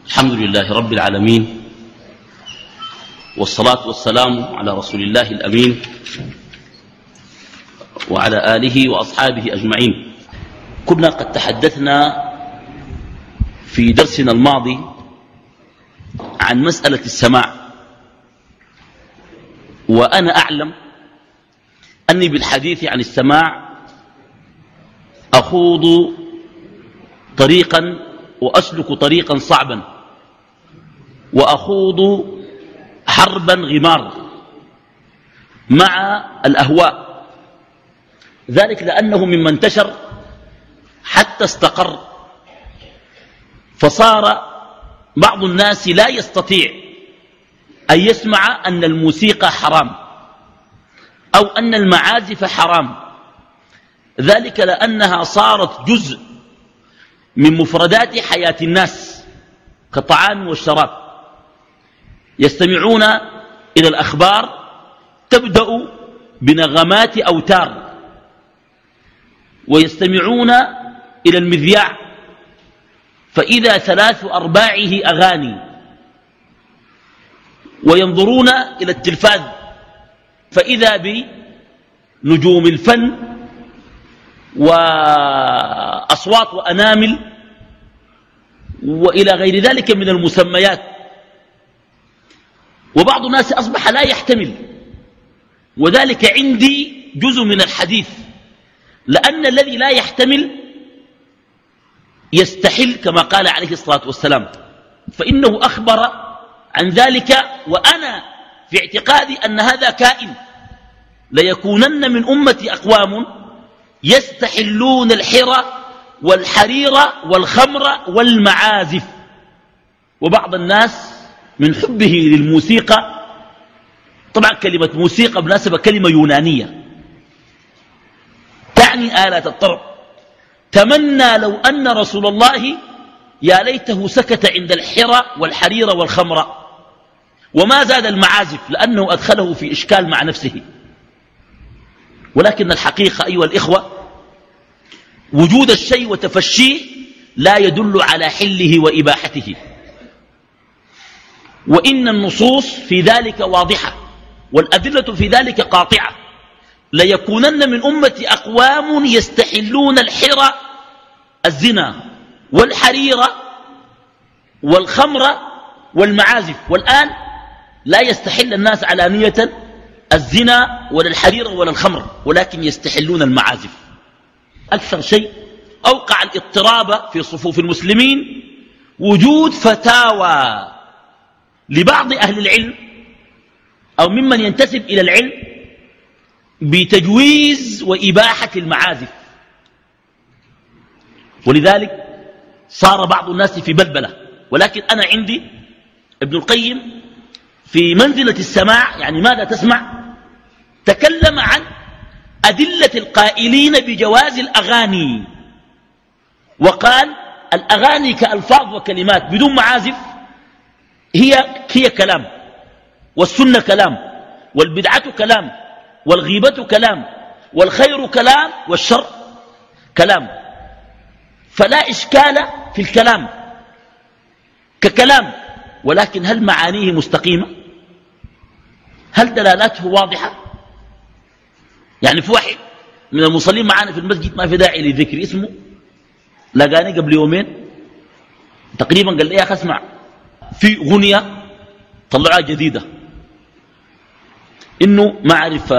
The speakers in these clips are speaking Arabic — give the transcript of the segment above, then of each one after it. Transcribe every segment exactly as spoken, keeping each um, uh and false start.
الحمد لله رب العالمين، والصلاة والسلام على رسول الله الأمين وعلى آله وأصحابه أجمعين. كنا قد تحدثنا في درسنا الماضي عن مسألة السماع، وأنا أعلم أني بالحديث عن السماع أخوض طريقا وأسلك طريقا صعبا، وأخوض حربا غمار مع الأهواء، ذلك لأنه مما انتشر حتى استقر، فصار بعض الناس لا يستطيع أن يسمع أن الموسيقى حرام أو أن المعازف حرام، ذلك لأنها صارت جزء من مفردات حياة الناس كالطعام والشراب. يستمعون إلى الأخبار تبدأ بنغمات أوتار، ويستمعون إلى المذياع فإذا ثلاث أرباعه أغاني، وينظرون إلى التلفاز فإذا بنجوم الفن وأصوات وأنامل وإلى غير ذلك من المسميات. وبعض الناس أصبح لا يحتمل، وذلك عندي جزء من الحديث، لأن الذي لا يحتمل يستحل كما قال عليه الصلاة والسلام، فإنه أخبر عن ذلك، وأنا في اعتقادي أن هذا كائن. ليكونن من أمتي أقوام يستحلون الحرى والحرير والخمر والمعازف. وبعض الناس من حبه للموسيقى، طبعا كلمة موسيقى بناسبة كلمة يونانية تعني آلة الطرب، تمنى لو أن رسول الله يا ليته سكت عند الحرى والحرير والخمر وما زاد المعازف، لأنه أدخله في إشكال مع نفسه. ولكن الحقيقة أيها الإخوة، وجود الشيء وتفشيه لا يدل على حله وإباحته، وإن النصوص في ذلك واضحة والأدلة في ذلك قاطعة. ليكونن من أمتي أقوام يستحلون الحرى الزنا والحرير والخمر والمعازف، والآن لا يستحل الناس علانية الزنا ولا الحرير ولا الخمر، ولكن يستحلون المعازف. أكثر شيء أوقع الاضطراب في صفوف المسلمين وجود فتاوى لبعض أهل العلم أو ممن ينتسب إلى العلم بتجويز وإباحة المعازف، ولذلك صار بعض الناس في بلبلة. ولكن أنا عندي ابن القيم في منزلة السماع، يعني ماذا تسمع، تكلم عن أدلة القائلين بجواز الأغاني، وقال الأغاني كألفاظ وكلمات بدون معازف هي هي كلام، والسنة كلام، والبدعة كلام، والغيبة كلام، والخير كلام، والشر كلام، فلا إشكال في الكلام ككلام، ولكن هل معانيه مستقيمة؟ هل دلالاته واضحة؟ يعني في واحد من المصلين معانا في المسجد ما في داعي لذكر اسمه، لقاني قبل يومين تقريبا قال لي يا أخي اسمع، في غنية طلعها جديدة إنه ما أعرف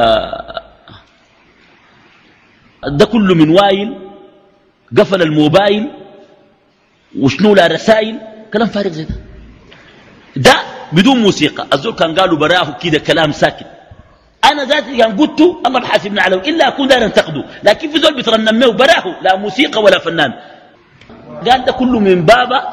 ده كله من وايل قفل الموبايل وشنو لا رسائل، كلام فارغ زي ده ده بدون موسيقى. الزول كان قالوا براه كده كلام ساكت، أنا ذاتي كان قلت الله بحاسبنا عليه إلا أكون داير انتقده، لكن في زول بترنمه براه لا موسيقى ولا فنان. قال ده كله من بابا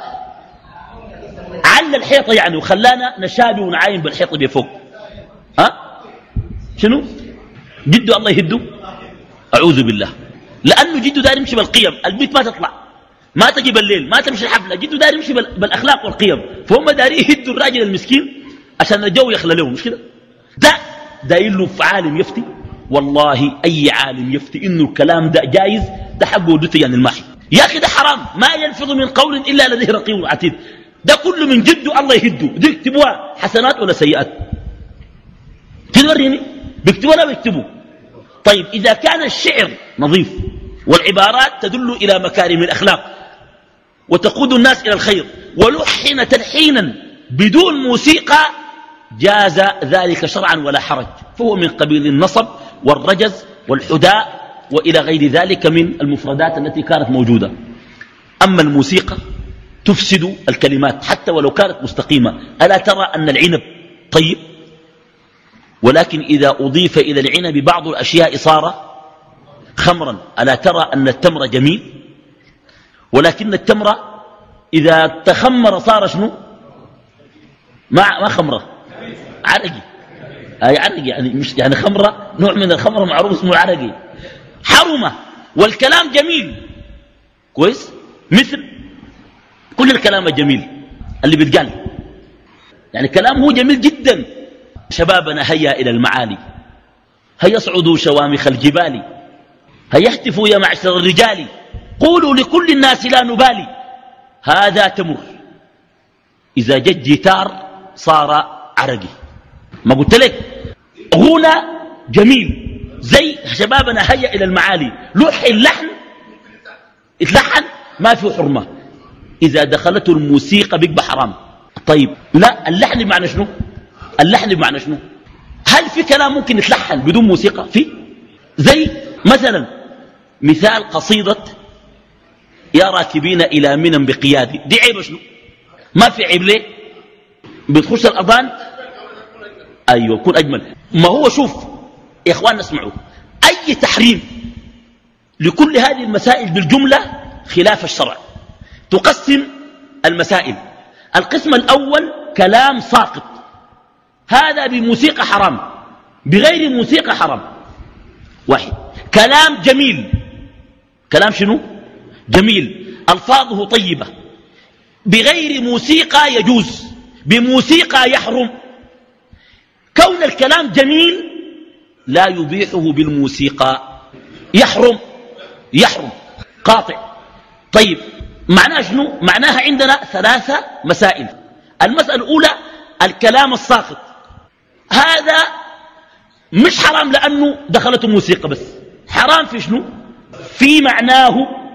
عل الحيطة يعني، وخلانا نشابه ونعاين بالحيطة بفوق. ها شنو جده الله يهده، أعوذ بالله، لأنه جده داير يمشي بالقيم، البيت ما تطلع ما تجي بالليل ما تمشي الحفلة، جده داير يمشي بالأخلاق والقيم، فهم دايرين يهدوا الراجل المسكين عشان الجو يخلى لهم، مش كده؟ ده داير له في عالم يفتي، والله أي عالم يفتي إنه الكلام ده جايز، ده حقه ودته يعني الماحي. يا أخي ده حرام، ما يلفظ من قول إلا لديه رقيب عتيد. ده كله من جده الله يهده. دي يكتبوها حسنات ولا سيئات؟ تدوريني بيكتبوا ولا بيكتبوا؟ طيب إذا كان الشعر نظيف والعبارات تدل إلى مكارم الأخلاق وتقود الناس إلى الخير ولحن تلحينا بدون موسيقى جاز ذلك شرعا ولا حرج، فهو من قبيل النصب والرجز والحداء وإلى غير ذلك من المفردات التي كانت موجودة. أما الموسيقى تفسد الكلمات حتى ولو كانت مستقيمة. ألا ترى أن العنب طيب؟ ولكن إذا أضيف إلى العنب بعض الأشياء صار خمرا. ألا ترى أن التمر جميل؟ ولكن التمر إذا تخمر صار شنو؟ ما ما خمرة، عرقي. أي عرقي يعني مش يعني خمرة، نوع من الخمرة معروف اسمه عرقي. حرمة والكلام جميل كويس، مثل كل الكلام الجميل اللي بيتقال، يعني كلام هو جميل جدا. شبابنا هيا إلى المعالي، هيا اصعدوا شوامخ الجبال، هيا اهتفوا يا معشر الرجال، قولوا لكل الناس لا نبالي، هذا تمر إذا جت جيتار صار عرقي. ما قلت لك غنى جميل زي شبابنا هيا إلى المعالي، لح اللحن اتلحن ما في حرمة. إذا دخلته الموسيقى بيبقى حرام. طيب لا، اللحن بمعنى شنو؟ اللحن بمعنى شنو؟ هل في كلام ممكن يتلحن بدون موسيقى؟ في زي مثلا مثال قصيدة يا راكبين إلى منى بقيادي، دي عيب شنو؟ ما في عيب. ليه؟ بتخش الأذان أيوة يكون أجمل. ما هو شوف يا إخوان اسمعوا، أي تحريم لكل هذه المسائل بالجملة خلاف الشرع. تقسم المسائل، القسم الأول كلام ساقط، هذا بموسيقى حرام، بغير موسيقى حرام. واحد. كلام جميل، كلام شنو؟ جميل، ألفاظه طيبة، بغير موسيقى يجوز، بموسيقى يحرم. كون الكلام جميل لا يبيحه بالموسيقى، يحرم يحرم قاطع. طيب معناها شنو؟ معناها عندنا ثلاثة مسائل. المسألة الأولى الكلام الساقط، هذا مش حرام لأنه دخلته موسيقى بس، حرام في شنو؟ في معناه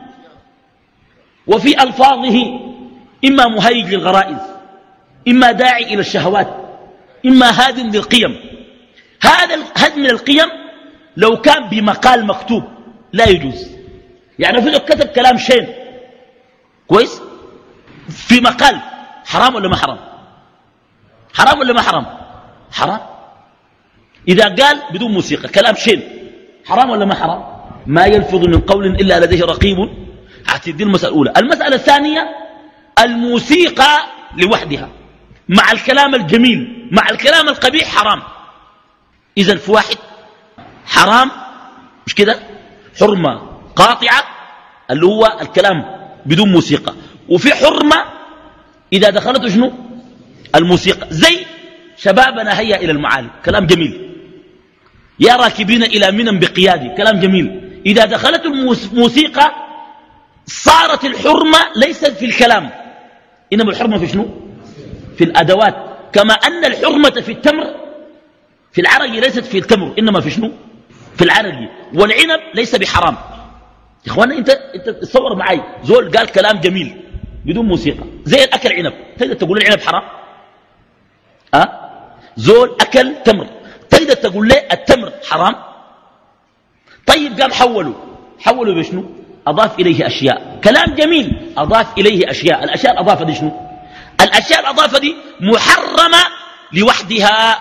وفي ألفاظه، إما مهيج للغرائز، إما داعي إلى الشهوات، إما هادم للقيم. هذا الهدم من القيم لو كان بمقال مكتوب لا يجوز. يعني في كتب كلام شين كويس في مقال، حرام ولا ما حرام؟ حرام ولا ما حرام؟ حرام. إذا قال بدون موسيقى كلام شين، حرام ولا ما حرام؟ ما يلفظ من قول إلا لديه رقيب عتيد. دي المسألة الأولى. المسألة الثانية الموسيقى لوحدها مع الكلام الجميل مع الكلام القبيح حرام. إذن في واحد حرام مش كده، حرمة قاطعة اللي هو الكلام بدون موسيقى، وفي حرمة إذا دخلته شنو؟ الموسيقى. زي شبابنا هيا إلى المعالي، كلام جميل. يا راكبين إلى منى بقيادي، كلام جميل. إذا دخلت الموسيقى صارت الحرمة ليست في الكلام، إنما الحرمة في شنو؟ في الأدوات. كما أن الحرمة في التمر في العرقي ليست في التمر، إنما في شنو؟ في العرقي. والعنب ليس بحرام. يا إخوانا أنت أنت تصور معي، زول قال كلام جميل بدون موسيقى زي الأكل عنب، تقدر تقول العنب حرام؟ أه؟ زول أكل تمر تقدر تقول له التمر حرام؟ طيب قام حولوا حولوا بشنو؟ أضاف إليه أشياء، كلام جميل أضاف إليه أشياء. الأشياء الأضافة دي شنو؟ الأشياء الأضافة دي محرمة لوحدها،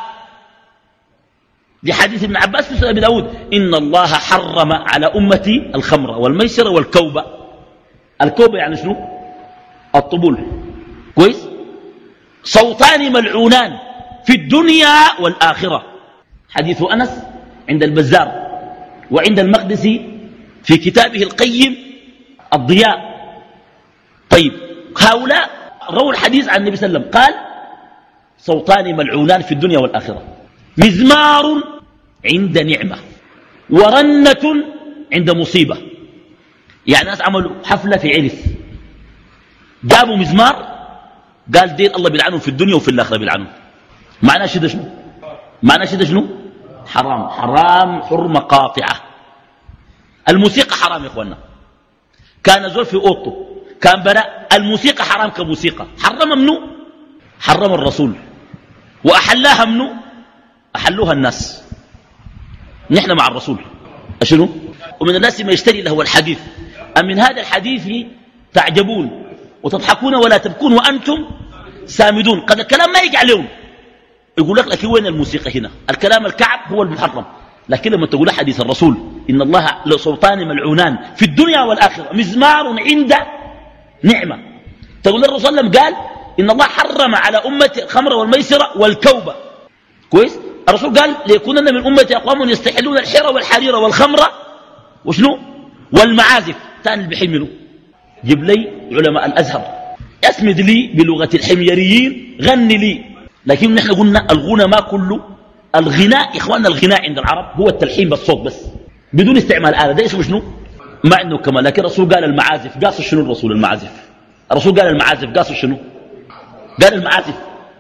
لحديث ابن عباس في سنن أبي داود إن الله حرم على أمتي الخمر والميسر والكوبة. الكوبة يعني شنو؟ الطبول كويس. صوتان ملعونان في الدنيا والآخرة، حديث أنس عند البزار وعند المقدسي في كتابه القيم الضياء. طيب هؤلاء رووا الحديث عن النبي صلى الله عليه وسلم قال صوتان ملعونان في الدنيا والآخرة، مزمار عند نعمة ورنة عند مصيبة. يعني ناس عملوا حفلة في عرس، جابوا مزمار قال دين الله بيلعنهم في الدنيا وفي الآخرة بيلعنهم. معناه شده شنو؟ معناه شده شنو؟ حرام. حرام حرمة قاطعة. الموسيقى حرام يا إخوانا. كان زول في أوضته كان براء الموسيقى حرام كموسيقى، حرم منو؟ حرم الرسول. وأحلاها منو؟ أحلوها الناس. نحن مع الرسول أشنو؟ ومن الناس ما يشتري له الحديث، أم من هذا الحديث تعجبون وتضحكون ولا تبكون وأنتم سامدون. قد الكلام ما يجي عليهم، يقول لك لكن وين الموسيقى هنا؟ الكلام الكعب هو المحرم. لكن لما تقول حديث الرسول إن الله لسلطان ملعونان في الدنيا والآخرة مزمار عند نعمة، تقول الرسول صلى الله عليه وسلم قال إن الله حرم على أمتي الخمر والميسر والكوبة. كويس؟ الرسول قال ليكونن من أمتي أقوام يستحلون الحر والحرير والخمر وشنو؟ والمعازف. ثاني اللي بيحملوا جيب لي علماء الأزهر اسمد لي بلغة الحميريين غني لي. لكن نحن قلنا الغنى ما كله. الغناء إخواننا الغناء عند العرب هو التلحين بالصوت بس بدون استعمال آلة. ده اسمه شنو؟ ما عنده كمان. لكن الرسول قال المعازف، قاص شنو الرسول المعازف؟ الرسول قال المعازف قاص شنو؟ قال المعازف.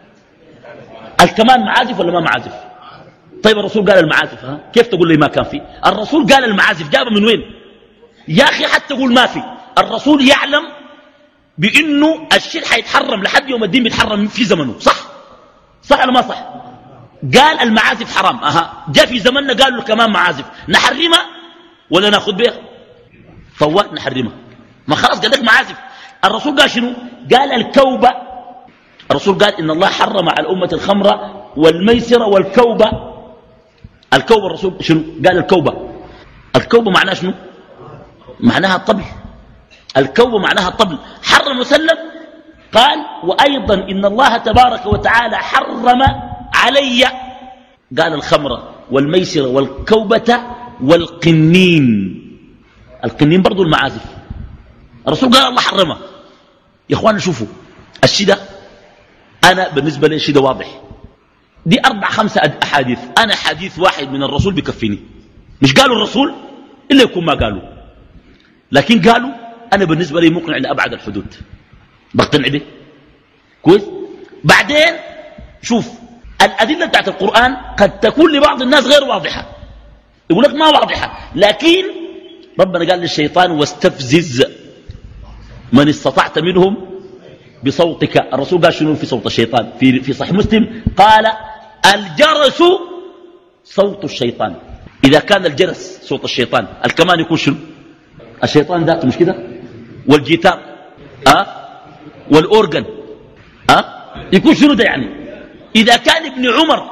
الكمان معازف ولا ما معازف؟ طيب الرسول قال المعازف، ها كيف تقول لي ما كان في؟ الرسول قال المعازف، جابه من وين؟ يا أخي حتى تقول ما في. الرسول يعلم بأنه الشيء حيتحرم لحد يوم الدين بيتحرم في زمنه، صح؟ صح ولا ما صح؟ قال المعازف حرام، أها جاء في زمننا قالوا كمان معازف، نحرمها ولا ناخذ بها؟ فوات نحرمها. ما خلاص قال لك معازف. الرسول قال شنو؟ قال الكوبة. الرسول قال إن الله حرم على الأمة الخمر والميسر والكوبة. الكوبة الرسول شنو؟ قال الكوبة. الكوبة معناها شنو؟ معناها الطبل. الكوبة معناها الطبل. حرم وسلم قال وأيضا إن الله تبارك وتعالى حرم علي قال الخمر والميسر والكوبة والقنين. القنين برضو المعازف. الرسول قال الله حرمه. يا اخوانا شوفوا الشدة، أنا بالنسبة لي الشدة واضح. دي أربع خمسة أحاديث، أنا حديث واحد من الرسول بكفيني. مش قالوا الرسول إلا يكون ما قالوا، لكن قالوا أنا بالنسبة لي مقنع لأبعد الحدود، بقتنع به. كويس؟ بعدين شوف الأدلة بتاعت القرآن قد تكون لبعض الناس غير واضحة، يقول لك ما واضحة، لكن ربنا قال للشيطان واستفزز من استطعت منهم بصوتك. الرسول قال شنو في صوت الشيطان؟ في في صحيح مسلم قال الجرس صوت الشيطان. إذا كان الجرس صوت الشيطان، الكمان يكون شنو؟ الشيطان ذاته، مش كده؟ والجيتار أه؟ والأورغن أه؟ يكون شنو ده يعني؟ إذا كان ابن عمر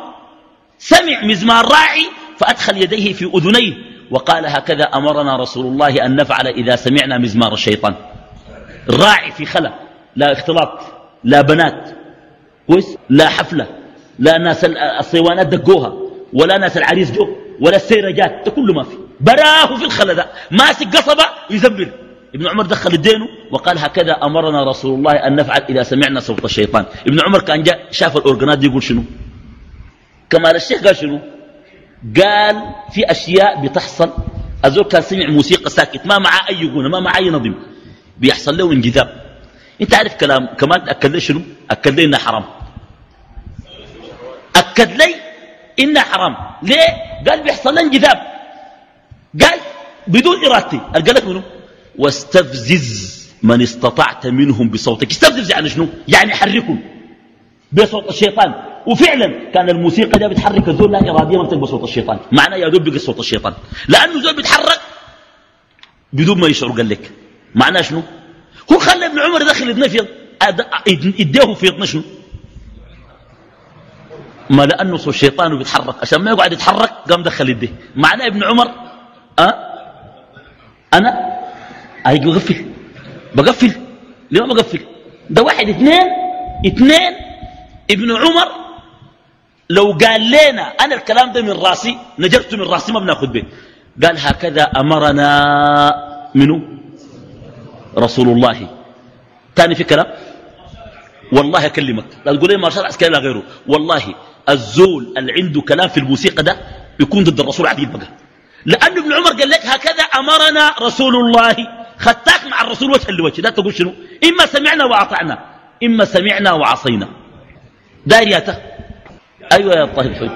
سمع مزمار راعي فأدخل يديه في أذنيه وقال هكذا أمرنا رسول الله أن نفعل إذا سمعنا مزمار الشيطان. الراعي في خلا، لا اختلاط، لا بنات، كويس، لا حفلة، لا ناس الصيوانات دقوها، ولا ناس العريس جو، ولا السيرة جات، ده كله ما في. براه في الخلا ده ماسك قصبة يزبر. ابن عمر دخل الدين وقال هكذا أمرنا رسول الله أن نفعل إذا سمعنا صوت الشيطان. ابن عمر كان جاء شاف الأورجانات دي يقول شنو؟ كمال الشيخ قال شنو؟ قال في أشياء بتحصل. الزول كان سمع موسيقى ساكت ما مع أي غنى ما مع أي نظم، بيحصل له انجذاب. انت عارف كلام كمال أكد لي شنو؟ أكد لي إنها حرام. أكد لي إنها حرام. ليه؟ قال بيحصل له انجذاب. قال بدون إرادتي. قال لك منه واستفزز من استطعت منهم بصوتك. استفزز يعني شنو؟ يعني حركهم بصوت الشيطان. وفعلا كان الموسيقى دي بتحرك الزول لا إرادية ما بتلقى صوت الشيطان. معناه يا دوب بقى صوت الشيطان، لأنه الزول بيتحرك بدون ما يشعر. قال لك معناه شنو؟ هو خلى ابن عمر يدخل ابنه في يديه في يطنه شنو؟ ما لأنه صوت الشيطان وبيتحرك عشان ما يقعد يتحرك قام دخل يديه. معناه ابن عمر أه؟ أنا هيجي بقفل بقفل ليه ما بقفل؟ ده واحد اثنين اثنين. ابن عمر لو قال لنا أنا الكلام ده من راسي نجرته من راسي ما بناخذ به. قال هكذا أمرنا منه رسول الله. تاني في كلام والله أكلمك لا تقول لي مارشال عسكري لا غيره. والله الزول اللي عنده كلام في الموسيقى ده يكون ضد الرسول عديل بقى، لأن ابن عمر قال لك هكذا أمرنا رسول الله. خدتاك مع الرسول وجها لوجه. لا تقول شنو؟ إما سمعنا وأطعنا. إما سمعنا وعصينا. دارياته. أيوة يا طاهر الحوت.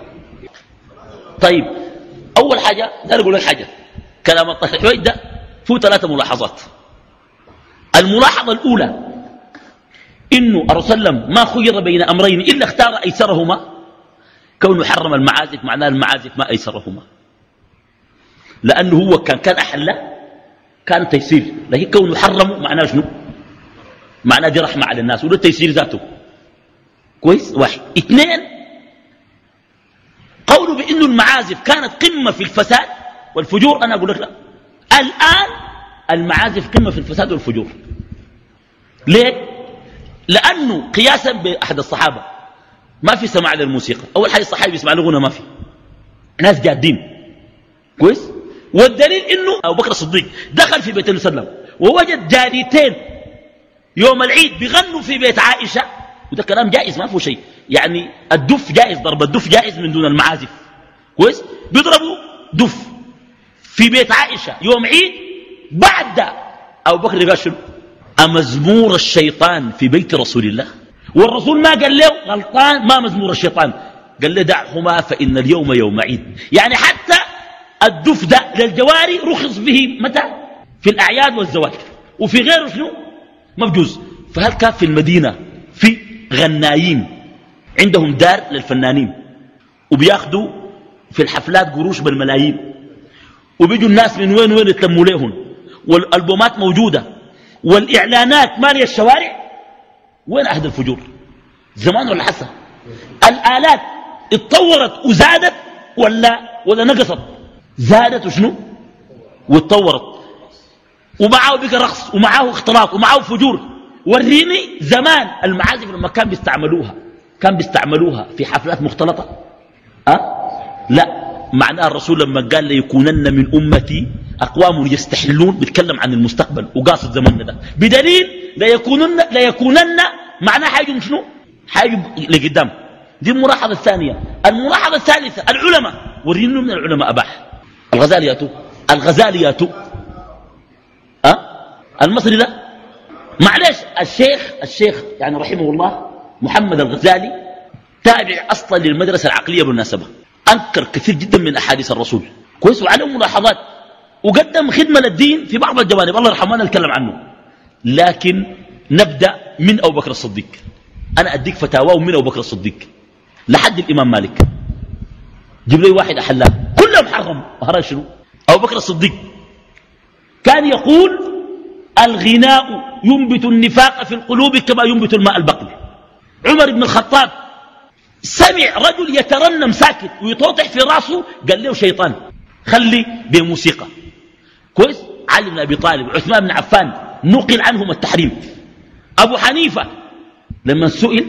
طيب أول حاجة دار أقول لك حاجة. كلام الطاهر الحوت ده فيه ثلاثة ملاحظات. الملاحظة الأولى إنه الرسول صلى الله عليه وسلم ما خير بين أمرين إلا اختار أيسرهما. كونه حرم المعازف معناه المعازف ما أيسرهما، لأنه هو كان كان أحله كان تيسير، لكن كونه حرمه معناه شنو؟ معناه دي رحمة على الناس وده تيسير ذاته. كويس؟ واحد. اثنين، قوله بأنه المعازف كانت قمة في الفساد والفجور، أنا أقول لك لا، الآن المعازف قمة في الفساد والفجور. ليه؟ لأنه قياسا بأحد الصحابة ما في سماع للموسيقى. أول حاجة الصحابي بيسمع له غنى ما في، ناس جادين. كويس؟ والدليل إنه أبو بكر الصديق دخل في بيت النبي صلى الله عليه وسلم ووجد جاريتين يوم العيد بيغنوا في بيت عائشة، وده كلام جائز ما فيه شيء، يعني الدف جائز، ضرب الدف جائز من دون المعازف. كويس؟ بيضربوا دف في بيت عائشة يوم عيد. بعد أبو بكر قال شنو؟ أمزمور الشيطان في بيت رسول الله؟ والرسول ما قال له غلطان ما مزمور الشيطان، قال له دعهما فإن اليوم يوم عيد. يعني حتى الدف ده للجواري رخص به متى؟ في الأعياد والزواج، وفي غيره شنو؟ مبجوز. فهل كان في المدينة في غنايين عندهم دار للفنانين وبياخدوا في الحفلات قروش بالملايين، وبيجوا الناس من وين وين يتلموا لهم، والألبومات موجودة والإعلانات مالية الشوارع؟ وين أهد الفجور؟ زمان ولا حسن؟ الآلات اتطورت وزادت ولا ولا نقصت؟ زادت وشنو؟ واتطورت، ومعاه بقى رقص ومعاه اختلاط ومعاه فجور. وريني زمان المعازف لما كان بيستعملوها كان بيستعملوها في حفلات مختلطة؟ أه؟ لا، معناه الرسول لما قال ليكونن من أمتي أقوام يستحلون بيتكلم عن المستقبل وقاصد زماننا ده، بدليل ليكونن ليكونن معناه حاجة شنو؟ حاجة لقدام. دي الملاحظة الثانية. الملاحظة الثالثة، العلماء، وريني من العلماء أباح. الغزالي ياتو الغزالي ياتو أه؟ المصري ده معلش الشيخ الشيخ يعني رحمه الله محمد الغزالي تابع أصلا للمدرسة العقلية بالمناسبة، أنكر كثير جدا من أحاديث الرسول. كويس؟ وعليه ملاحظات وقدم خدمة للدين في بعض الجوانب الله يرحمه نتكلم عنه. لكن نبدأ من أبو بكر الصديق. أنا أديك فتاواه من أبو بكر الصديق لحد الإمام مالك، جيب لي واحد أحلاه كله محرم. وهذا شنو؟ أبو بكر الصديق كان يقول الغناء ينبت النفاق في القلوب كما ينبت الماء البقل. عمر بن الخطاب سمع رجل يترنم ساكت ويطوطح في راسه، قال له شيطان خلي بموسيقى. كويس؟ علي بن أبي طالب، عثمان بن عفان نقل عنهم التحريم. أبو حنيفة لما سئل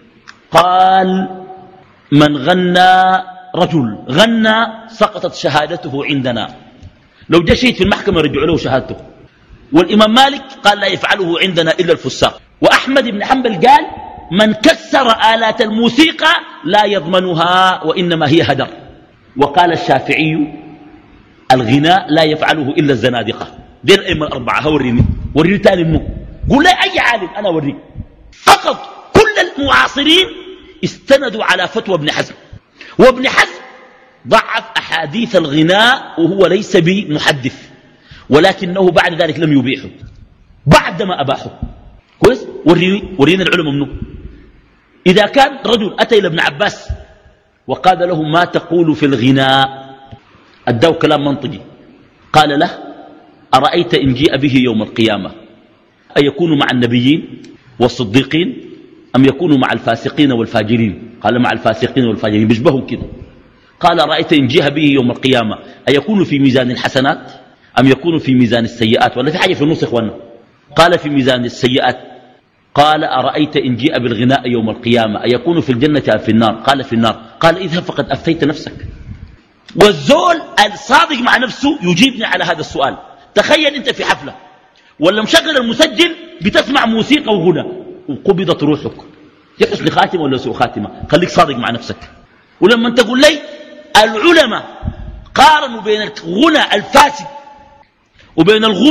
قال من غنى رجل غنى سقطت شهادته عندنا، لو جاء شهيد في المحكمة يرجعوا له شهادته. والإمام مالك قال لا يفعله عندنا إلا الفساق. وأحمد بن حنبل قال من كسر آلات الموسيقى لا يضمنها وإنما هي هدر. وقال الشافعي الغناء لا يفعله إلا الزنادقة. دي الأئمة الأربعة. وريني وريني تاني منه، قول لي أي عالم أنا أوريك. فقط كل المعاصرين استندوا على فتوى ابن حزم، وابن حزم ضعف أحاديث الغناء وهو ليس بمحدث، ولكنه بعد ذلك لم يبيحه بعدما أباحه. كويس؟ وريني وريني العلماء منه. إذا كان رجل أتى إلى ابن عباس وقال له ما تقول في الغناء، أداه كلام منطقي، قال له أرأيت إن جيء به يوم القيامة أيكون مع النبيين والصديقين أم يكون مع الفاسقين والفاجرين؟ قال مع الفاسقين والفاجرين، بيشبههم كده. قال أرأيت إن جيء به يوم القيامة أيكون في ميزان الحسنات أم يكون في ميزان السيئات؟ ولا في حاجة في النص إخوانا؟ قال في ميزان السيئات. قال أرأيت إن جيء بالغناء يوم القيامة أيكون في الجنة أم في النار؟ قال في النار. قال اذهب فقد أفتيت نفسك. والزول الصادق مع نفسه يجيبني على هذا السؤال. تخيل أنت في حفلة ولا مشغل المسجل بتسمع موسيقى وغنى وقبضت روحك، يحسن خاتمة ولا سوء خاتمة؟ خليك صادق مع نفسك. ولما أنت تقول لي العلماء قارنوا بين الغنى الفاسد وبين الغنى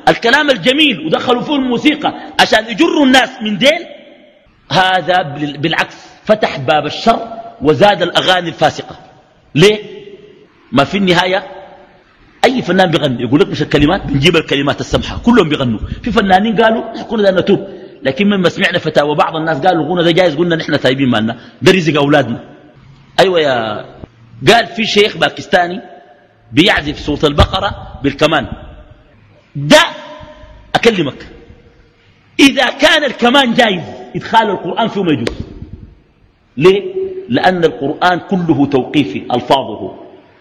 الكلام الجميل ودخلوا فيه الموسيقى عشان يجروا الناس من دين، هذا بالعكس فتح باب الشر وزاد الأغاني الفاسقة. ليه؟ ما في النهاية أي فنان بيغني يقول لك مش الكلمات، بنجيب الكلمات السمحة كلهم بيغنوا. في فنانين قالوا نحن كنا ده نتوب، لكن مما سمعنا فتاوى بعض الناس قالوا الغنى ده جايز، قلنا نحن تايبين مالنا، ده رزق أولادنا. أيوة يا قال في شيخ باكستاني بيعزف صوت البقرة بالكمان. ده أكلمك إذا كان الكمان جايز إدخال القرآن فيه ما يجوز. ليه؟ لأن القرآن كله توقيفي، ألفاظه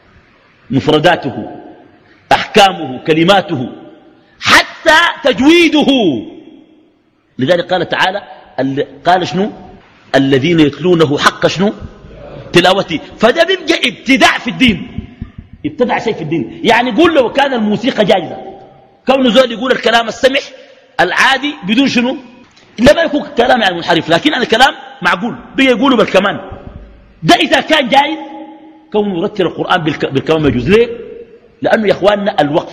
مفرداته أحكامه كلماته حتى تجويده. لذلك قال تعالى قال شنو؟ الذين يتلونه حق شنو؟ تلاوتي. فده بيبقى ابتداع في الدين، ابتدع شيء في الدين. يعني يقول لو كان الموسيقى جائزة، كون زول يقول الكلام السمح العادي بدون شنو؟ لما يكون كلام يعني منحرف، لكن الكلام معقول بيجي يقولوا بالكمان. ده إذا كان جائز كونه يرتل القرآن بالكمان ما يجوز. ليه؟ لأنه يا إخواننا الوقف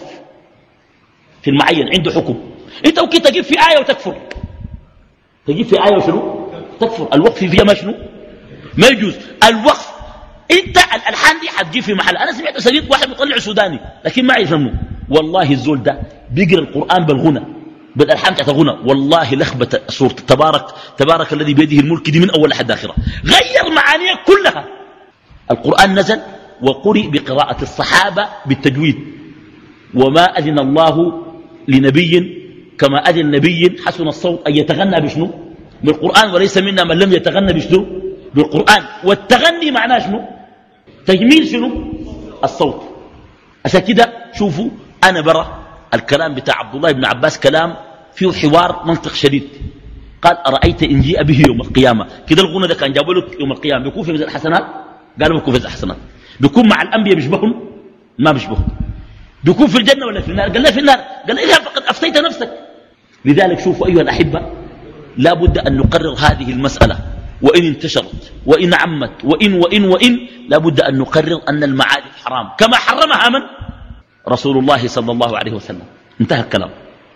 في المعين عنده حكم. أنت ممكن تجيب في آية وتكفر، تجيب في آية وشنو؟ تكفر. الوقف فيها ما شنو؟ ما يجوز. الوقف أنت الألحان دي حتجيب في محل. أنا سمعت سريط واحد مطلع سوداني لكن ما يفهمه، والله الزول ده بيقرأ القرآن بالغنى بالألحان بتاعت الغنى، والله لخبت سورة تبارك تبارك الذي بيده الملك دي من أول لحد آخرة، غير معانيها كلها. القرآن نزل وقرئ بقراءة الصحابة بالتجويد، وما أذن الله لنبي كما أذن نبي حسن الصوت أن يتغنى بشنو؟ بالقرآن، وليس منا من لم يتغنى بشنو؟ بالقرآن. والتغني معناه شنو؟ تجميل شنو؟ الصوت. عشان كده شوفوا أنا برا الكلام بتاع عبد الله بن عباس كلام فيه حوار منطق شديد. قال أرأيت إن جيء به يوم القيامة، كده الغنى ده كان جابوا له يوم القيامة بيكون في ميزان الحسنات، قالوا بيكون في ميزان الحسنات. بيكون مع الأنبياء بيشبههم ما بيشبههم. بيكون في الجنة ولا في النار؟ قال لا في النار. قال إذا فقد أفتيت نفسك. لذلك شوفوا أيها الأحبة، لا بد أن نقرر هذه المسألة، وإن انتشرت وإن عمت وإن وإن وإن لا بد أن نقرر أن المعازف حرام كما حرمها من؟ رسول الله صلى الله عليه وسلم. انتهى الكلام.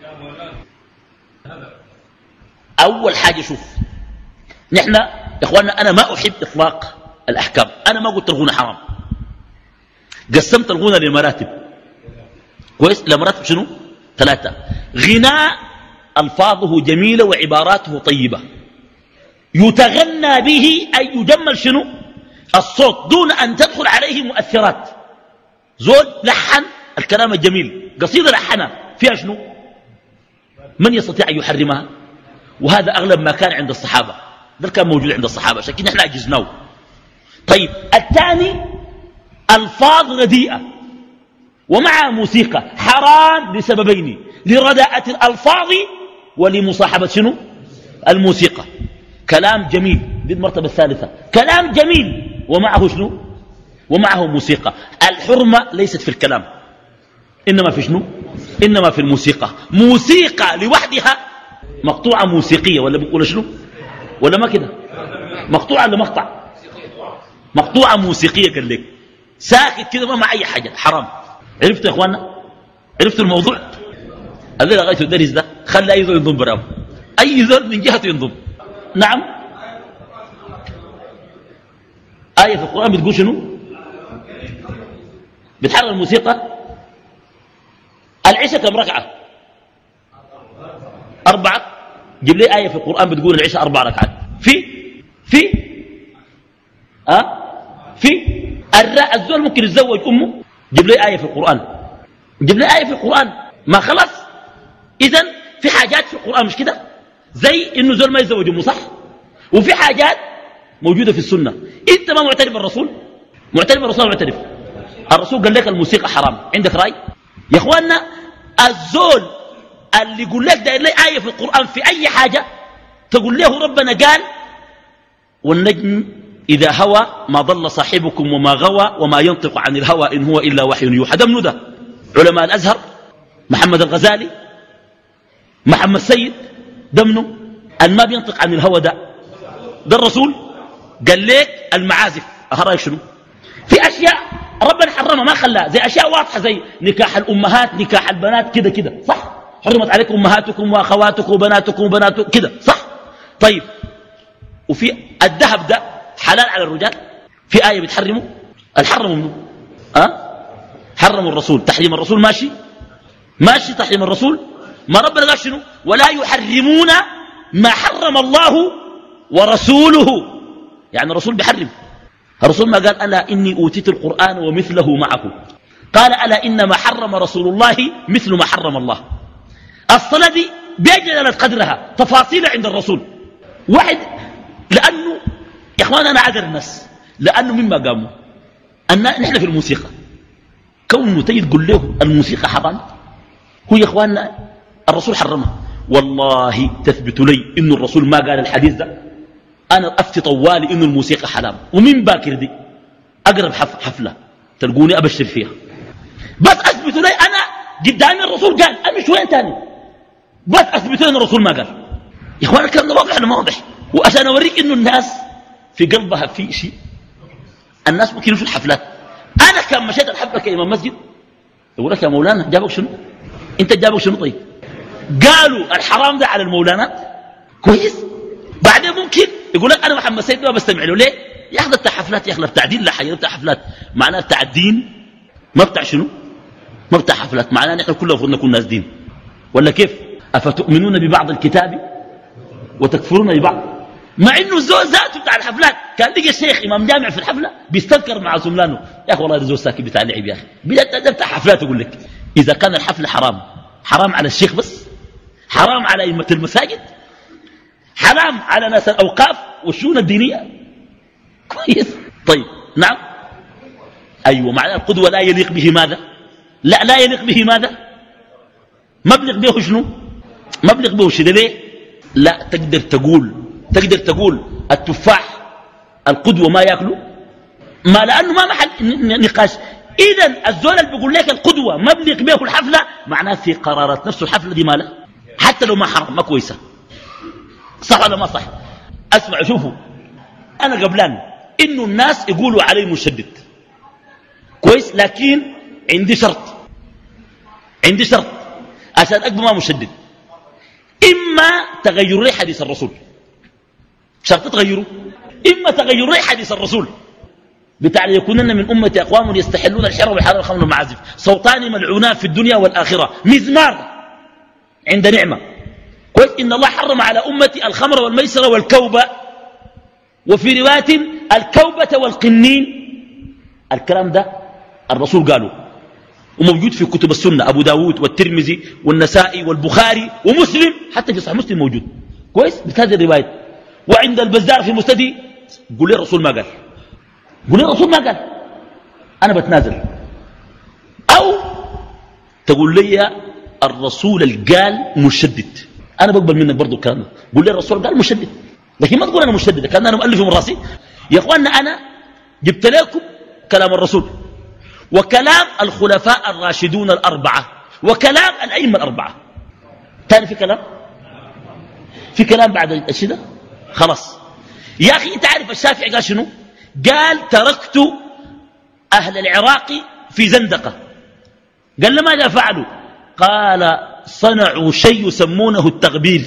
أول حاجة شوف، نحن يا إخواننا أنا ما أحب إطلاق الأحكام. أنا ما قلت الغنى حرام، قسمت الغنى لمراتب. كويس؟ لمراتب شنو؟ ثلاثة. غناء ألفاظه جميلة وعباراته طيبة، يتغنى به أي يجمل شنو؟ الصوت دون أن تدخل عليه مؤثرات. زول لحن الكلام الجميل، قصيدة لحنها فيها شنو؟ من يستطيع أن يحرمها؟ وهذا أغلب ما كان عند الصحابة، ده كان موجود عند الصحابة، عشان كده احنا عجزناه. طيب الثاني ألفاظ رديئة ومع موسيقى، حرام لسببين: لرداءة الألفاظ ولمصاحبة شنو؟ الموسيقى. كلام جميل، دي المرتبة الثالثة، كلام جميل ومعه شنو؟ ومعه موسيقى. الحرمة ليست في الكلام، إنما في شنو؟ إنما في الموسيقى. موسيقى لوحدها مقطوعة موسيقية ولا بقول شنو؟ ولا ما كده؟ مقطوعة ولا مقطع؟ مقطوعة موسيقية. قال لك ساكت كده ما مع أي حاجة، حرام. عرفتوا يا إخوانا؟ عرفتوا الموضوع؟ الذي لغاية الدرس ده خلى أي زول ينضم براه، أي زول من جهته ينضم. نعم، آية في القرآن بتقول شنو؟ بتحرر الموسيقى. العشاء كم ركعة؟ أربعة. جيب لي آية في القرآن بتقول العشاء أربع ركعات. في في أه؟ في الزول ممكن يتزوج أمه. جيب لي آية في القرآن، جيب لي آية في القرآن. ما خلاص. إذن في حاجات في القرآن مش كده، زي إنه زول ما يتزوج أمه، صح؟ وفي حاجات موجودة في السنة. أنت ما معترف بالرسول؟ معترف بالرسول ما معترف؟ الرسول قال لك الموسيقى حرام، عندك رأي؟ يا إخواننا الزول اللي يقول لك داير لي آية في القرآن في أي حاجة تقول له ربنا قال والنجم إذا هوى ما ضل صاحبكم وما غوى وما ينطق عن الهوى إن هو إلا وحي يوحى. ده منو ده؟ علماء الأزهر، محمد الغزالي، محمد سيد، ده منو؟ أن ما بينطق عن الهوى ده ده الرسول قال لك المعازف. أهرأيك شنو؟ في أشياء ربنا حرمها ما خلاها، زي أشياء واضحة زي نكاح الأمهات، نكاح البنات، كده كده صح؟ حرمت عليكم أمهاتكم وأخواتكم وبناتكم وبناتكم كده صح. طيب وفي الذهب ده حلال على الرجال، في آية بتحرمه؟ الحرموا منه أه؟ حرموا الرسول، تحريم الرسول ماشي ماشي، تحريم الرسول ما ربنا قال شنو؟ ولا يحرمون ما حرم الله ورسوله، يعني الرسول بيحرم. الرسول ما قال ألا إني أوتيت القرآن ومثله معه، قال ألا إنما حرم رسول الله مثل ما حرم الله. الصلاة دي بيجللت قدرها تفاصيل عند الرسول واحد، لأنه يا إخوان أنا عذر الناس، لأنه مما قاموا أن نحن في الموسيقى كونه تجي تقول له الموسيقى حرام، هو يا إخواننا الرسول حرمها. والله تثبت لي إنه الرسول ما قال الحديث ده، أنا أفتي طوالي إنه الموسيقى حرام، ومن باكر دي أقرب حفلة تلقوني أبشر فيها، بس أثبت لي أنا قدامي الرسول قال، أنا مش وين تاني، بس أثبت لي إن الرسول ما قال. يا إخوان الكلام ده واضح ولا ما واضح؟ وعشان أوريك إنه الناس في قلبها في شيء، الناس ممكن في الحفلات. أنا كان مشيت الحفلة كإمام مسجد يقول لك يا مولانا جابك شنو؟ أنت جابك شنو؟ طيب قالوا الحرام ده على المولانات كويس، بعدين ممكن يقول لك أنا محمد سيد ما بستمع له ليه؟ يا أخي بتاع حفلات، يا أخي بتاع دين، لا حاجة بتاع حفلات، معناه بتاع الدين ما بتاع شنو؟ ما بتاع حفلات، معناه نحن كلنا المفروض نكون ناس دين ولا كيف؟ أفتؤمنون ببعض الكتاب وتكفرون ببعض، مع إنه الزول ذاته بتاع الحفلات كان لقى الشيخ إمام جامع في الحفلة بيستذكر مع زملانه، يا أخي والله ده زول ساكن بتاع لعب، يا أخي ده بتاع حفلات. يقول لك إذا كان الحفل حرام، حرام على الشيخ بس، حرام على أئمة المساجد، حرام على ناس الأوقاف والشؤون الدينية كويس. طيب نعم أيوة، معنى القدوة لا يليق به ماذا؟ لا لا يليق به ماذا؟ مبلغ به شنو؟ مبلغ به شنو ليه؟ لا تقدر تقول تقدر تقول التفاح القدوة ما يأكلوا، ما لأنه ما محل نقاش. إذن الزول اللي بيقول لك القدوة مبلغ به الحفلة، معناه في قرارات نفسه الحفلة دي ماله، حتى لو ما حرام ما كويسة، صح ولا ما صح؟ أسمع شوفوا، أنا قبلان إنه الناس يقولوا علي مشدد كويس، لكن عندي شرط، عندي شرط عشان أقبل ما مشدد، إما تغير لي حديث الرسول، شرط تغيره، إما تغير لي حديث الرسول بتاع يكونن من أمتي أقوام يستحلون الحر ويحرمون الخمر والمعازف، صوتان ملعونان في الدنيا والآخرة، مزمار عند نعمة كويس، إن الله حرم على أمتي الخمر والميسر والكوبة، وفي رواية الكوبة والقنين. الكلام ده الرسول قاله وموجود في كتب السنة، أبو داود والترمذي والنسائي والبخاري ومسلم، حتى في صحيح مسلم موجود كويس بهذه الرواية. وعند البزار في مسندي قول لي الرسول ما قال، قول لي الرسول ما قال، أنا بتنازل. أو تقول لي الرسول القال مشدد، أنا بقبل منك برضو الكلام ده، قول لي الرسول قال مشدد، لكن ما تقول أنا مشدد كان أنا مؤلف من راسي. يا أخواننا أنا جبت لكم كلام الرسول وكلام الخلفاء الراشدون الأربعة وكلام الأئمة الأربعة. تاني في كلام في كلام بعد الشيء ده خلاص. يا أخي أنت عارف الشافعي قال شنو؟ قال تركت أهل العراق في زندقة. قال لماذا فعلوا؟ قال صنعوا شيء يسمونه التغبير،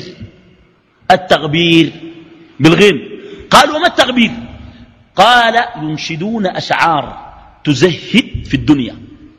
التغبير بالغين. قالوا وما التغبير؟ قال ينشدون أشعار تزهد في الدنيا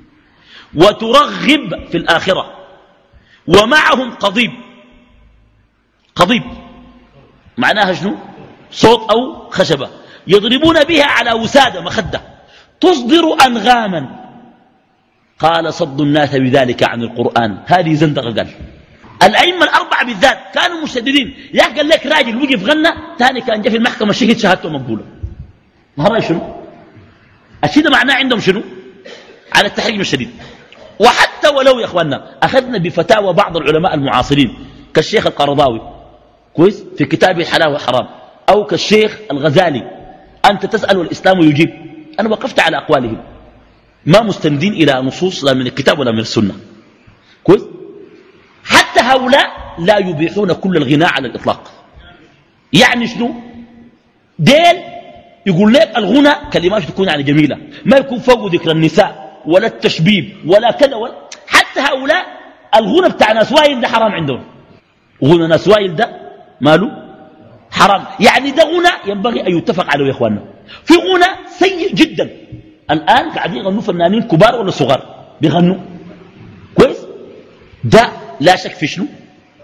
وترغب في الآخرة، ومعهم قضيب. قضيب معناها شنو؟ صوت أو خشبة يضربون بها على وسادة مخدة تصدر أنغاما. قال صد الناس بذلك عن القرآن، هذه زندقة. قال الأئمة الأربعة بالذات كانوا مشددين. يا قال لك راجل وقف غنى ثاني كان جاء في المحكمة شهد شهادته مقبولة. ما رأي شنو؟ الشيء ده معناه عندهم شنو؟ على التحريم الشديد. وحتى ولو يا أخواننا أخذنا بفتاوى بعض العلماء المعاصرين كالشيخ القرضاوي كويس في كتابه الحلال والحرام، أو كالشيخ الغزالي، أنت تسأل والإسلام يجيب، أنا وقفت على أقوالهم ما مستندين إلى نصوص لا من الكتاب ولا من السنة كويس. حتى هؤلاء لا يبيحون كل الغناء على الإطلاق. يعني شنو؟ ديل يقول لك الغنى كلمات تكون يعني جميلة، ما يكون فوق ذكر النساء ولا التشبيب ولا كذا ولا. حتى هؤلاء الغنى بتاع ناس وائل ده حرام عندهم. غنى ناس وائل ده ماله حرام، يعني ده غنى ينبغي أن يتفق عليه يا إخواننا. في غنى سيء جدا الآن قاعدين يغنوا فنانين كبار ولا صغار بيغنوا كويس، ده لا شك في شنو،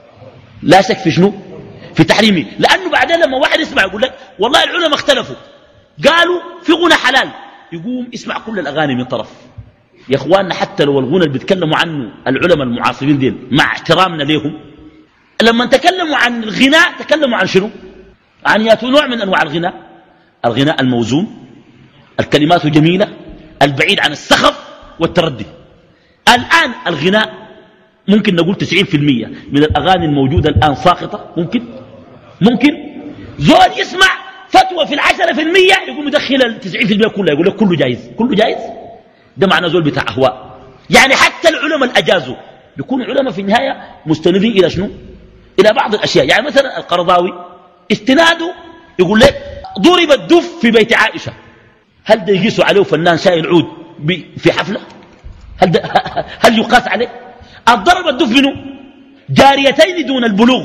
لا شك في شنو، في تحريمه. لأنه بعدين لما واحد يسمع يقول لك والله العلماء اختلفوا قالوا في غنى حلال، يقوم اسمع كل الأغاني من طرف. يا إخواننا حتى لو الغنى اللي بيتكلموا عنه العلماء المعاصرين دين مع احترامنا لهم، لما تكلموا عن الغناء تكلموا عن شنو؟ عن ياتوا نوع من أنواع الغناء، الغناء الموزون، الكلمات جميلة، البعيد عن السخف والتردي. الآن الغناء ممكن نقول تسعين في المية من الأغاني الموجودة الآن ساقطة. ممكن ممكن زول يسمع فتوى في العشرة في المية يقول مدخل التسعين في المية كلها، يقول لك كله جائز، كله جائز. ده معنى زول بتاع أهواء. يعني حتى العلماء الأجازوا بيكونوا علماء في النهاية مستندين إلى شنو؟ إلى بعض الأشياء. يعني مثلا القرضاوي استناده يقول لك ضرب الدف في بيت عائشة، هل ده يقيسوا عليه فنان شايل عود في حفلة؟ هل, ده هل يقاس عليه؟ الضرب الدف منه جاريتين دون البلوغ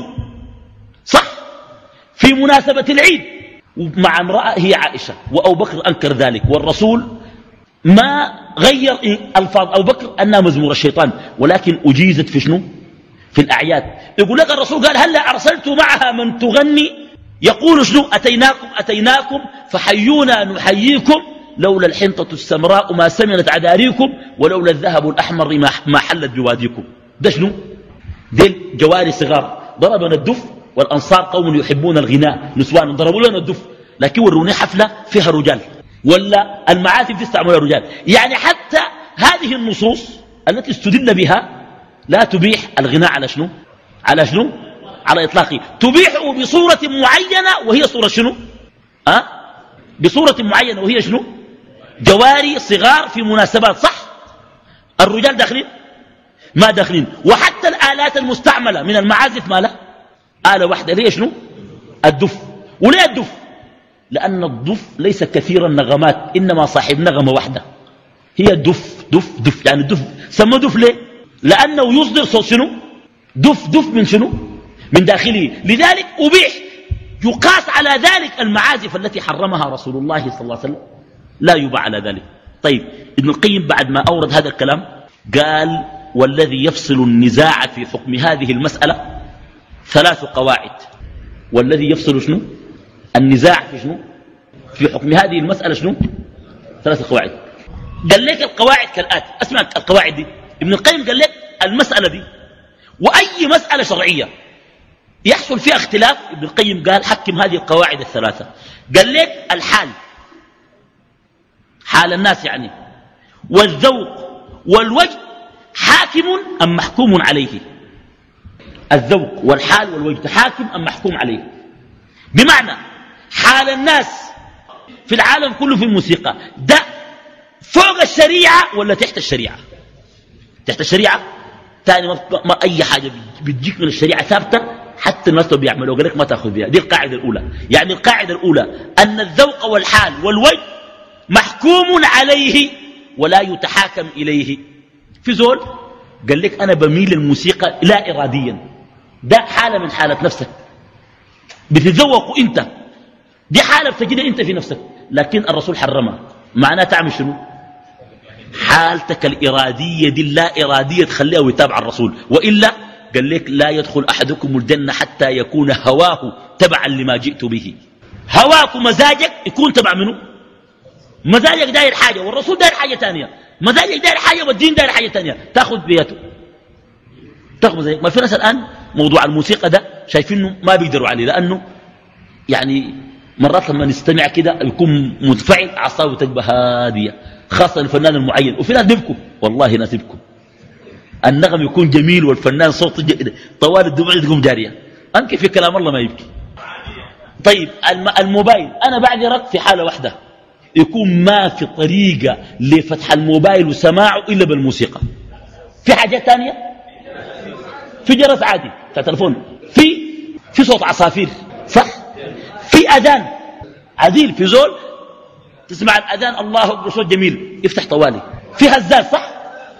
صح في مناسبة العيد مع امرأة هي عائشة، وأبو بكر أنكر ذلك، والرسول ما غير ألفاظ أبو بكر أنها مزمور الشيطان، ولكن أجيزت في شنو؟ في الأعياد. يقول لك الرسول قال هلا أرسلت معها من تغني يقول شنو؟ أتيناكم أتيناكم فحيونا نحييكم، لولا الحنطة السمراء ما سمنت عذاريكم، ولولا الذهب الأحمر ما حلت بواديكم. ده شنو؟ ديل جواري صغار ضربنا الدف، والأنصار قوم يحبون الغناء، نسوان ضربوا لنا الدف، لكن وروني حفلة فيها رجال، ولا المعازف تستعملها رجال. يعني حتى هذه النصوص التي استدل بها لا تبيح الغناء على شنو؟ على شنو؟ على إطلاقه. تبيحه بصورة معينة وهي صورة شنو؟ أه؟ بصورة معينة وهي شنو؟ جواري صغار في مناسبات صح؟ الرجال داخلين؟ ما داخلين. وحتى الآلات المستعملة من المعازف ما له آلة واحدة، ليه شنو؟ الدف. وليه الدف؟ لأن الدف ليس كثير النغمات، إنما صاحب نغمة واحدة هي الدف. دف دف يعني الدف سمى دف ليه؟ لأنه يصدر صوت شنو؟ دف دف من شنو؟ من داخله. لذلك أبيح. يقاس على ذلك المعازف التي حرمها رسول الله صلى الله عليه وسلم، لا يباع على ذلك. طيب ابن القيم بعد ما أورد هذا الكلام قال والذي يفصل النزاع في حكم هذه المسألة ثلاث قواعد. والذي يفصل شنو؟ النزاع في شنو؟ في حكم هذه المسألة شنو؟ ثلاث قواعد. قال لك القواعد كالآتي، اسمع القواعد دي. ابن القيم قال لك المسألة دي وأي مسألة شرعية يحصل فيها اختلاف، ابن القيم قال حكم هذه القواعد الثلاثة. قال لك الحال، حال الناس يعني، والذوق والوجه حاكم أم محكوم عليه. الذوق والحال والوجه حاكم أم محكوم عليه، بمعنى حال الناس في العالم كله في الموسيقى ده فوق الشريعة ولا تحت الشريعة؟ تحت الشريعة. ثاني ما, ما أي حاجة بتجيك من الشريعة ثابتة حتى الناس لو بيعملوا قالك ما تأخذ بها. دي القاعدة الأولى. يعني القاعدة الأولى أن الذوق والحال والوجه محكوم عليه ولا يتحاكم إليه. في زول قال لك أنا بميل الموسيقى لا إراديا، ده حالة من حالة نفسك بتتذوق أنت، دي حالة بتجدها أنت في نفسك، لكن الرسول حرمها. معناه تعمل شنو؟ حالتك الإرادية دي لا إرادية تخليها ويتابع الرسول، وإلا قال لك لا يدخل أحدكم الجنة حتى يكون هواه تبعا لما جئت به. هواك ومزاجك يكون تبع منه. مزاجك داير حاجة والرسول داير حاجة تانية، مزاجك داير حاجة والدين داير حاجة تانية، تأخذ بيته تأخذ مزاجك. ما في ناس الآن موضوع الموسيقى ده شايفينه ما بيقدروا عليه، لأنه يعني مرات لما نستمع كده يكون منفعل أعصابه تبقى هادية، خاصة الفنان المعين. وفي ناس بيبكوا، والله ناس بيبكوا، النغم يكون جميل والفنان صوته طوال الدموع تقوم جارية، أنك في كلام الله ما يبكي. طيب الموبايل أنا بعذرك في حالة واحدة، يكون ما في طريقة لفتح الموبايل وسماعه إلا بالموسيقى. في حاجات تانية، في جرس عادي بتاع تلفون، في في صوت عصافير صح، في أذان عديل، في زول تسمع الأذان الله أكبر صوت جميل يفتح طوالي، في هزاز صح،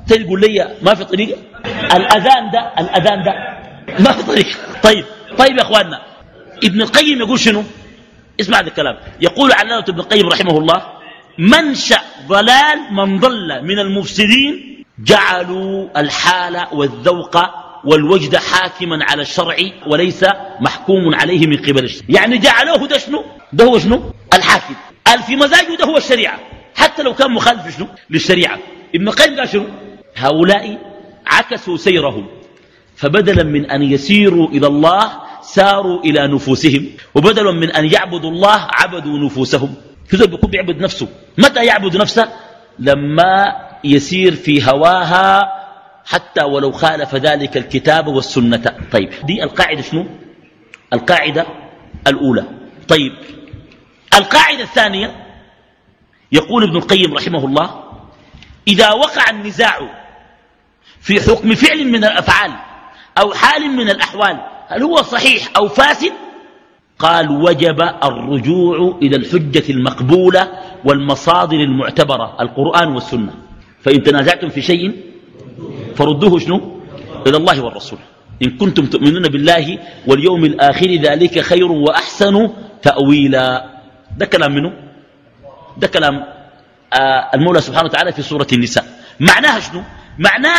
تقول لي ما في طريقة؟ الأذان ده الأذان ده ما في طريقة. طيب طيب يا أخواننا، ابن القيم يقول شنو؟ اسمع هذا الكلام. يقول علامة ابن القيم رحمه الله: منشأ ضلال من ضل من المفسدين جعلوا الحال والذوق والوجد حاكما على الشرع وليس محكوم عليه من قبل الشرع. يعني جعلوه ده شنو؟ ده هو شنو؟ الحاكم. قال في مزاجه ده هو الشريعة، حتى لو كان مخالف شنو؟ للشريعة. ابن القيم قال شنو؟ هؤلاء عكسوا سيرهم، فبدلا من أن يسيروا إلى الله ساروا إلى نفوسهم، وبدلا من أن يعبدوا الله عبدوا نفوسهم. كذا بيكون بيعبد نفسه. متى يعبد نفسه؟ لما يسير في هواها حتى ولو خالف ذلك الكتاب والسنة. طيب دي القاعدة شنو؟ القاعدة الأولى. طيب القاعدة الثانية يقول ابن القيم رحمه الله: إذا وقع النزاع في حكم فعل من الأفعال أو حال من الأحوال هل هو صحيح أو فاسد؟ قال: وجب الرجوع إلى الحجة المقبولة والمصادر المعتبرة القرآن والسنة. فإن تنازعتم في شيء فردوه شنو؟ إلى الله والرسول إن كنتم تؤمنون بالله واليوم الآخر ذلك خير وأحسن تأويلا. ده كلام منه؟ ده كلام آه المولى سبحانه وتعالى في سورة النساء. معناها شنو؟ معناه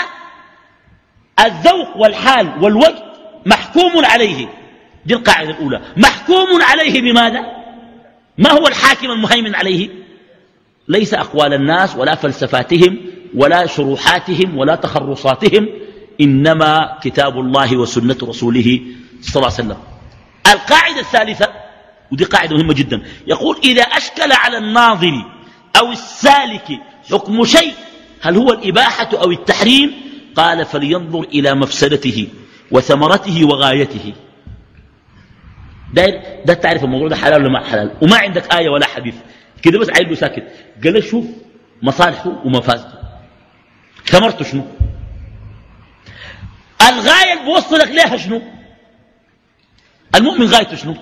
الذوق والحال والوجد محكوم عليه. دي القاعدة الأولى. محكوم عليه بماذا؟ ما هو الحاكم المهيمن عليه؟ ليس أقوال الناس ولا فلسفاتهم ولا شروحاتهم ولا تخرصاتهم، إنما كتاب الله وسنة رسوله صلى الله عليه وسلم. القاعدة الثالثة، ودي قاعدة مهمة جدا، يقول: إذا أشكل على الناظر أو السالك حكم شيء هل هو الإباحة أو التحريم، قال: فلينظر إلى مفسدته وثمرته وغايته. داير ده تعرف الموضوع ده حلال ولا ما حلال، وما عندك آية ولا حديث كده، بس عيل له ساكت. قال له شوف مصالحه ومفاسده، ثمرته شنو، الغاية اللي بوصلك لها شنو. المؤمن غايته شنو؟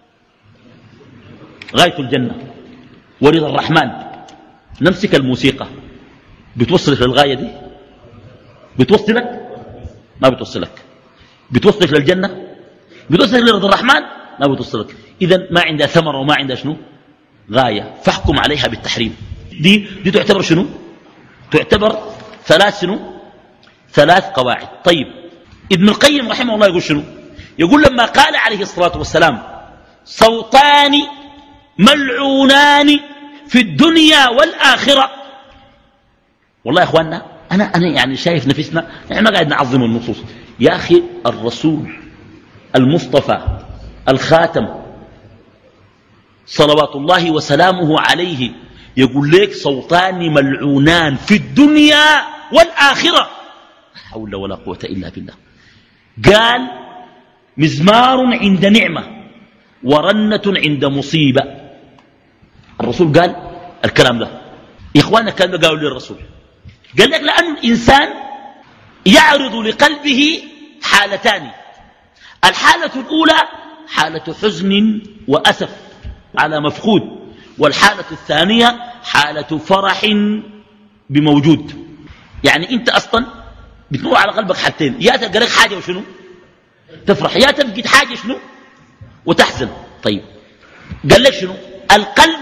غايته الجنة ورضا الرحمن. نمسك الموسيقى، بتوصلك للغاية دي؟ بتوصلك؟ ما بتوصلك. بتوصلك للجنة؟ بتوصلك لرضا الرحمن؟ ما بتوصلك. إذن ما عندها ثمرة وما عندها شنو؟ غاية، فاحكم عليها بالتحريم. دي دي تعتبر شنو؟ تعتبر ثلاث شنو؟ ثلاث قواعد. طيب ابن القيم رحمه الله يقول شنو؟ يقول: لما قال عليه الصلاة والسلام: صوتان ملعونان في الدنيا والآخرة. والله يا أخواننا أنا, أنا يعني شايف نفسنا يعني ما قاعد نعظم النصوص. يا أخي الرسول المصطفى الخاتم صلوات الله وسلامه عليه يقول لك: صوتان ملعونان في الدنيا والآخرة. لا حول ولا قوة إلا بالله. قال: مزمار عند نعمة ورنة عند مصيبة. الرسول قال الكلام ده. يا إخوانا الكلام ده قالوا للرسول. قال لك: لأن الإنسان يعرض لقلبه حالتان. الحالة الأولى حالة حزن وأسف على مفقود، والحالة الثانية حالة فرح بموجود. يعني أنت أصلا بتمر على قلبك حالتين: يا تلقى لك حاجة وشنو تفرح، يا تفقد حاجة شنو وتحزن. طيب قال لك شنو؟ القلب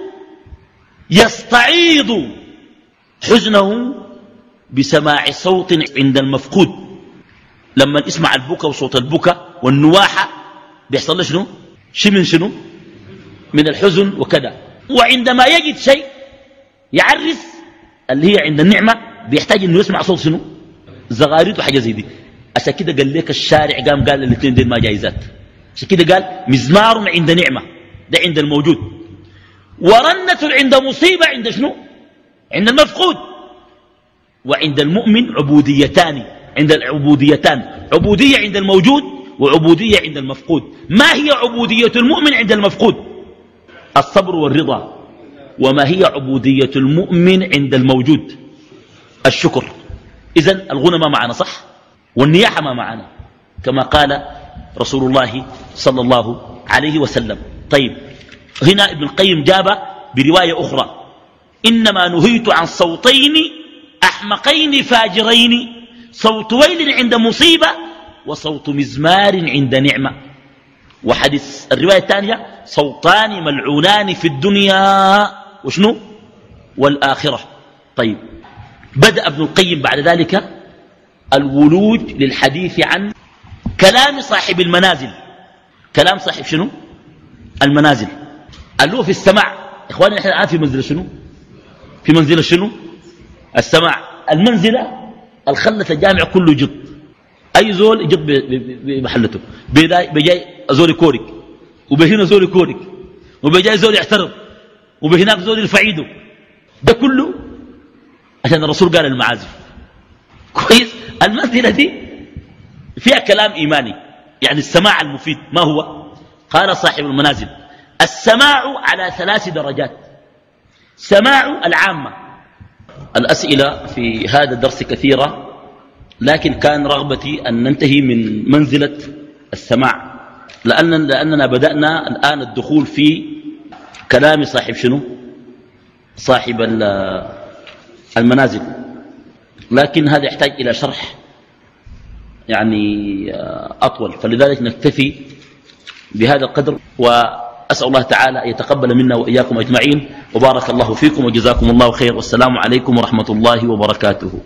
يستعيض حزنه بسماع صوت عند المفقود. لما اسمع البكا وصوت البكا والنواحة بيحصل له شنو؟ شيء من شنو؟ من الحزن وكذا. وعندما يجد شيء يعرس اللي هي عند النعمة بيحتاج انه يسمع صوت شنو؟ زغاريت وحاجة زي دي. عشان كده قال لك الشارع قام قال الاثنين دين ما جايزات. عشان كده قال: مزمار عند نعمة، ده عند الموجود، ورنة عند مصيبة عند شنو؟ عند المفقود. وعند المؤمن عبوديتان، عند العبوديتان، عبودية عند الموجود وعبودية عند المفقود. ما هي عبودية المؤمن عند المفقود؟ الصبر والرضا. وما هي عبودية المؤمن عند الموجود؟ الشكر. إذن الغنى ما معنا صح، والنياحة ما معنا كما قال رسول الله صلى الله عليه وسلم. طيب هنا ابن القيم جاب برواية أخرى: إنما نهيت عن صوتين أحمقين فاجرين، صوت ويل عند مصيبة وصوت مزمار عند نعمة. وحديث الرواية الثانية صوتان ملعونان في الدنيا وشنو والآخرة. طيب، بدأ ابن القيم بعد ذلك الولوج للحديث عن كلام صاحب المنازل. كلام صاحب شنو المنازل اللي هو في السماع. إخواني نحن الآن في منزلة شنو؟ في منزلة شنو؟ السماع. المنزلة الخلة الجامع كله جد، أي زول يجد بمحلته، بيجاي زول يكورك، وبهنا زول يكورك، وبيجاي زول يعترض، وبهناك زول يرفع ايده. ده كله عشان الرسول قال المعازف. كويس. المنزلة دي فيها كلام إيماني، يعني السماع المفيد ما هو؟ قال صاحب المنازل: السماع على ثلاث درجات. سماع العامة. الأسئلة في هذا الدرس كثيرة، لكن كان رغبتي أن ننتهي من منزلة السماع، لأن لأننا بدأنا الآن الدخول في كلام صاحب شنو؟ صاحب المنازل، لكن هذا يحتاج إلى شرح يعني أطول، فلذلك نكتفي بهذا القدر، وأسأل الله تعالى أن يتقبل منا وإياكم أجمعين، وبارك الله فيكم وجزاكم الله خير، والسلام عليكم ورحمة الله وبركاته.